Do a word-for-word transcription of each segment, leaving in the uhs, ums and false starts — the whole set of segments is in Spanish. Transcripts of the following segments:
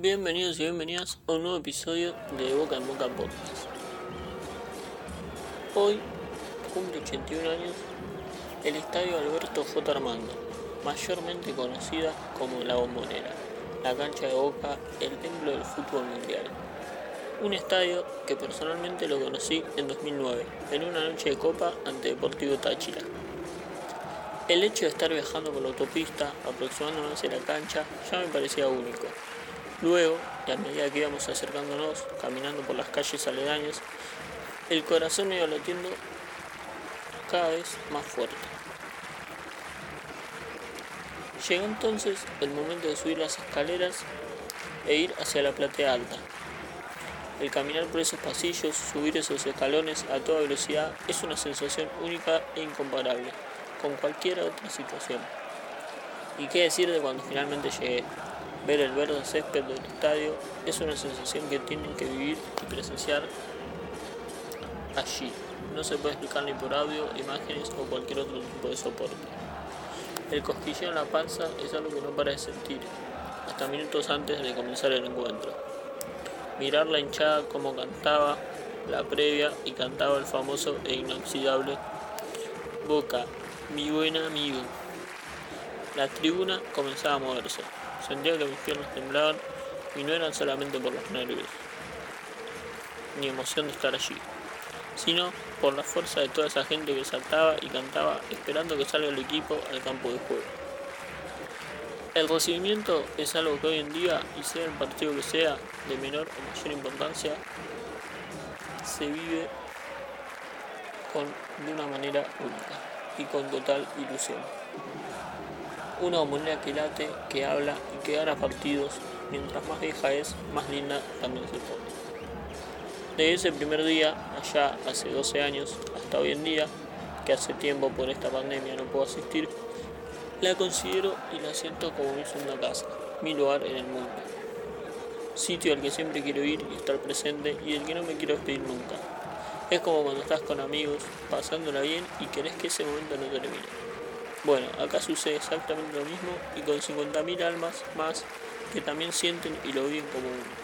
Bienvenidos y bienvenidas a un nuevo episodio de Boca en Boca Podcast. Hoy cumple ochenta y un años el Estadio Alberto J. Armando, mayormente conocida como La Bombonera, la cancha de Boca, el templo del fútbol mundial. Un estadio que personalmente lo conocí en dos mil nueve, en una noche de copa ante Deportivo Táchira. El hecho de estar viajando por la autopista, aproximándome hacia la cancha, ya me parecía único. Luego, y a medida que íbamos acercándonos, caminando por las calles aledañas, el corazón me iba latiendo cada vez más fuerte. Llegó entonces el momento de subir las escaleras e ir hacia la platea alta. El caminar por esos pasillos, subir esos escalones a toda velocidad, es una sensación única e incomparable con cualquier otra situación. Y qué decir de cuando finalmente llegué. Ver el verde césped del estadio es una sensación que tienen que vivir y presenciar allí. No se puede explicar ni por audio, imágenes o cualquier otro tipo de soporte. El cosquilleo en la panza es algo que no para de sentir, hasta minutos antes de comenzar el encuentro. Mirar la hinchada como cantaba la previa y cantaba el famoso e inoxidable Boca, mi buen amigo. La tribuna comenzaba a moverse. Sentía que mis piernas temblaban y no eran solamente por los nervios ni emoción de estar allí, sino por la fuerza de toda esa gente que saltaba y cantaba esperando que salga el equipo al campo de juego. El recibimiento es algo que hoy en día, y sea el partido que sea, de menor o mayor importancia, se vive con, de una manera única y con total ilusión. Una bombonera que late, que habla y que gana partidos, mientras más vieja es, más linda también se pone. Desde ese primer día, allá hace doce años, hasta hoy en día, que hace tiempo por esta pandemia no puedo asistir, la considero y la siento como mi segunda casa, mi lugar en el mundo. Sitio al que siempre quiero ir y estar presente y del que no me quiero despedir nunca. Es como cuando estás con amigos, pasándola bien y querés que ese momento no termine. Bueno, acá sucede exactamente lo mismo y con cincuenta mil almas más que también sienten y lo viven como uno.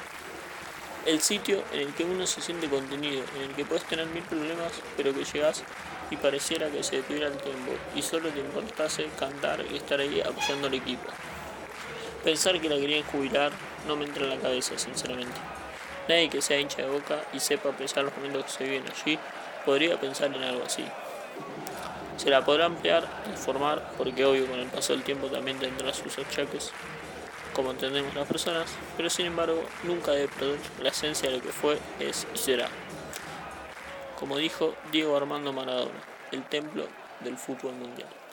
El sitio en el que uno se siente contenido, en el que puedes tener mil problemas, pero que llegás y pareciera que se detuviera el tiempo y solo te importase cantar y estar ahí apoyando al equipo. Pensar que la querían jubilar no me entra en la cabeza, sinceramente. Nadie que sea hincha de Boca y sepa apreciar los momentos que se viven allí podría pensar en algo así. Se la podrá ampliar, informar, porque obvio con el paso del tiempo también tendrá sus achaques, como entendemos las personas, pero sin embargo nunca debe perder la esencia de lo que fue, es y será. Como dijo Diego Armando Maradona, el templo del fútbol mundial.